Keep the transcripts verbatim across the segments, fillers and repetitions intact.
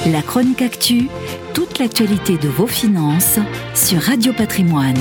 La chronique actu, toute l'actualité de vos finances sur Radio Patrimoine.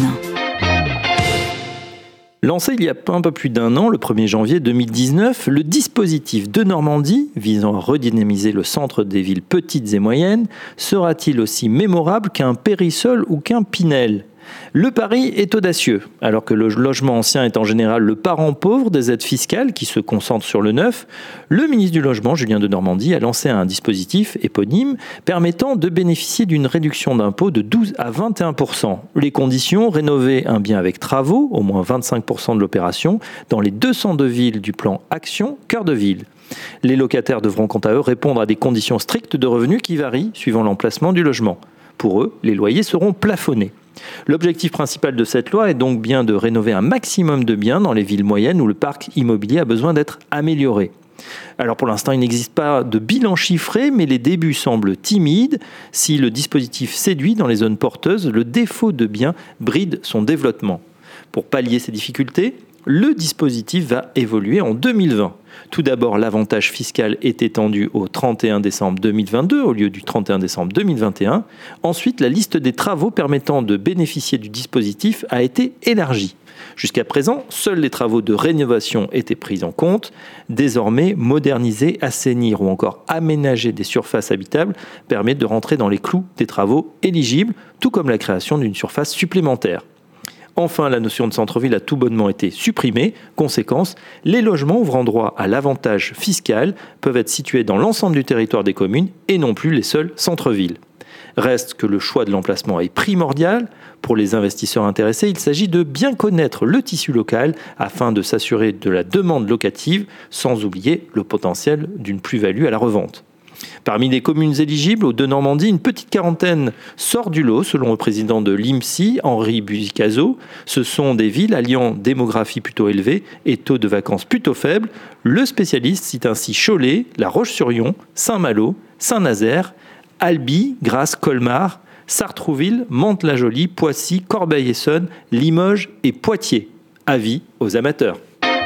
Lancé il y a un peu plus d'un an, le premier janvier deux mille dix-neuf, le dispositif Denormandie, visant à redynamiser le centre des villes petites et moyennes, sera-t-il aussi mémorable qu'un Périssol ou qu'un Pinel ? Le pari est audacieux. Alors que le logement ancien est en général le parent pauvre des aides fiscales qui se concentrent sur le neuf, le ministre du Logement, Julien Denormandie, a lancé un dispositif éponyme permettant de bénéficier d'une réduction d'impôt de douze à vingt et un pour cent. Les conditions, rénover un bien avec travaux, au moins vingt-cinq pour cent de l'opération, dans les deux cent deux villes du plan Action Cœur de Ville. Les locataires devront quant à eux répondre à des conditions strictes de revenus qui varient suivant l'emplacement du logement. Pour eux, les loyers seront plafonnés. L'objectif principal de cette loi est donc bien de rénover un maximum de biens dans les villes moyennes où le parc immobilier a besoin d'être amélioré. Alors pour l'instant, il n'existe pas de bilan chiffré, mais les débuts semblent timides. Si le dispositif séduit dans les zones porteuses, le défaut de biens bride son développement. Pour pallier ces difficultés, le dispositif va évoluer en deux mille vingt. Tout d'abord, l'avantage fiscal est étendu au trente et un décembre deux mille vingt-deux au lieu du trente et un décembre deux mille vingt et un. Ensuite, la liste des travaux permettant de bénéficier du dispositif a été élargie. Jusqu'à présent, seuls les travaux de rénovation étaient pris en compte. Désormais, moderniser, assainir ou encore aménager des surfaces habitables permet de rentrer dans les clous des travaux éligibles, tout comme la création d'une surface supplémentaire. Enfin, la notion de centre-ville a tout bonnement été supprimée. Conséquence, les logements ouvrant droit à l'avantage fiscal peuvent être situés dans l'ensemble du territoire des communes et non plus les seuls centres-villes. Reste que le choix de l'emplacement est primordial. Pour les investisseurs intéressés, il s'agit de bien connaître le tissu local afin de s'assurer de la demande locative, sans oublier le potentiel d'une plus-value à la revente. Parmi les communes éligibles au Denormandie, une petite quarantaine sort du lot, selon le président de l'I M S I, Henri Buzicazo. Ce sont des villes alliant démographie plutôt élevée et taux de vacances plutôt faibles. Le spécialiste cite ainsi Cholet, La Roche-sur-Yon, Saint-Malo, Saint-Nazaire, Albi, Grasse, Colmar, Sartrouville, Mantes-la-Jolie, Poissy, Corbeil-Essonnes, Limoges et Poitiers. Avis aux amateurs.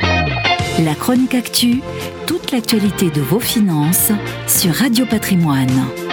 La chronique actu, toute l'actualité de vos finances sur Radio Patrimoine.